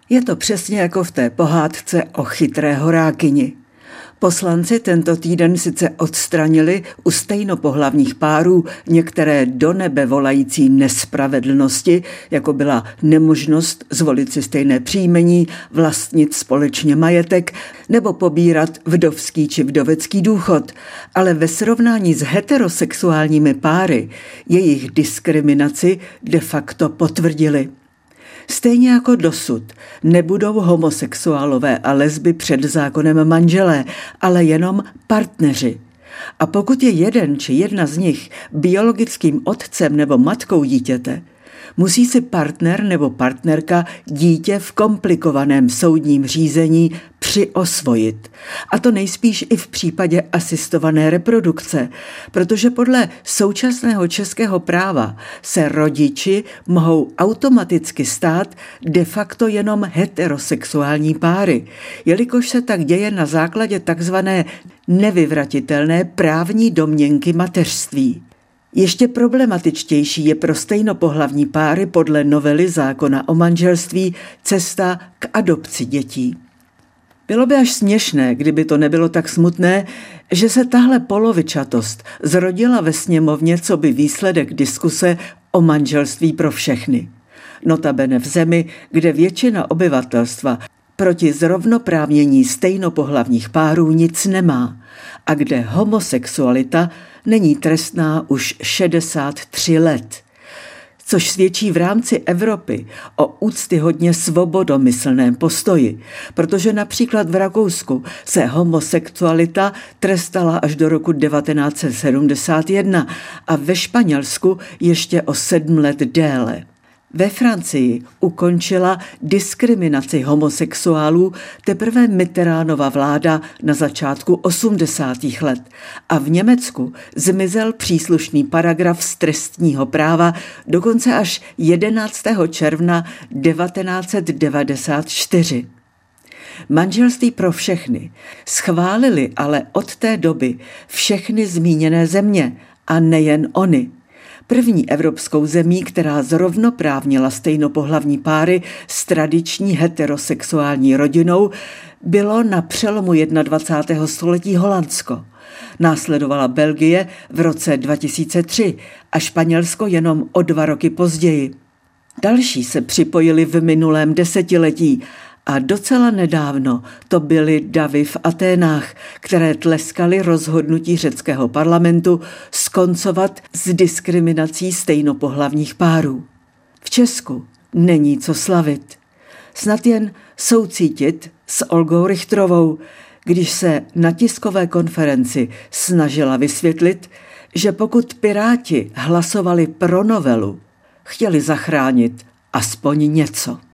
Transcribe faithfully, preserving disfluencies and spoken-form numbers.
Je to přesně jako v té pohádce o chytré horákyni. Poslanci tento týden sice odstranili u stejnopohlavních párů některé do nebe volající nespravedlnosti, jako byla nemožnost zvolit si stejné příjmení, vlastnit společně majetek nebo pobírat vdovský či vdovecký důchod, ale ve srovnání s heterosexuálními páry jejich diskriminaci de facto potvrdili. Stejně jako dosud nebudou homosexuálové a lesby před zákonem manželé, ale jenom partneři. A pokud je jeden či jedna z nich biologickým otcem nebo matkou dítěte, musí si partner nebo partnerka dítě v komplikovaném soudním řízení přiosvojit. A to nejspíš i v případě asistované reprodukce, protože podle současného českého práva se rodiči mohou automaticky stát de facto jenom heterosexuální páry, jelikož se tak děje na základě takzvané nevyvratitelné právní domněnky mateřství. Ještě problematičtější je pro stejnopohlavní páry podle novely zákona o manželství cesta k adopci dětí. Bylo by až směšné, kdyby to nebylo tak smutné, že se tahle polovičatost zrodila ve sněmovně coby výsledek diskuse o manželství pro všechny. Notabene v zemi, kde většina obyvatelstva proti zrovnoprávnění stejnopohlavních párů nic nemá a kde homosexualita není trestná už šedesát tři let, což svědčí v rámci Evropy o úctyhodně svobodomyslném postoji, protože například v Rakousku se homosexualita trestala až do roku devatenáct set sedmdesát jedna a ve Španělsku ještě o sedm let déle. Ve Francii ukončila diskriminaci homosexuálů teprve Mitterrandova vláda na začátku osmdesátých let a v Německu zmizel příslušný paragraf z trestního práva dokonce až jedenáctého června devatenáct set devadesát čtyři. Manželství pro všechny schválili ale od té doby všechny zmíněné země a nejen ony. První evropskou zemí, která zrovnoprávnila stejnopohlavní páry s tradiční heterosexuální rodinou, bylo na přelomu dvacátého prvního století Holandsko. Následovala Belgie v roce dva tisíce tři a Španělsko jenom o dva roky později. Další se připojili v minulém desetiletí a docela nedávno to byly davy v Aténách, které tleskaly rozhodnutí řeckého parlamentu skoncovat s diskriminací stejnopohlavních párů. V Česku není co slavit. Snad jen soucítit s Olgou Richtrovou, když se na tiskové konferenci snažila vysvětlit, že pokud Piráti hlasovali pro novelu, chtěli zachránit aspoň něco.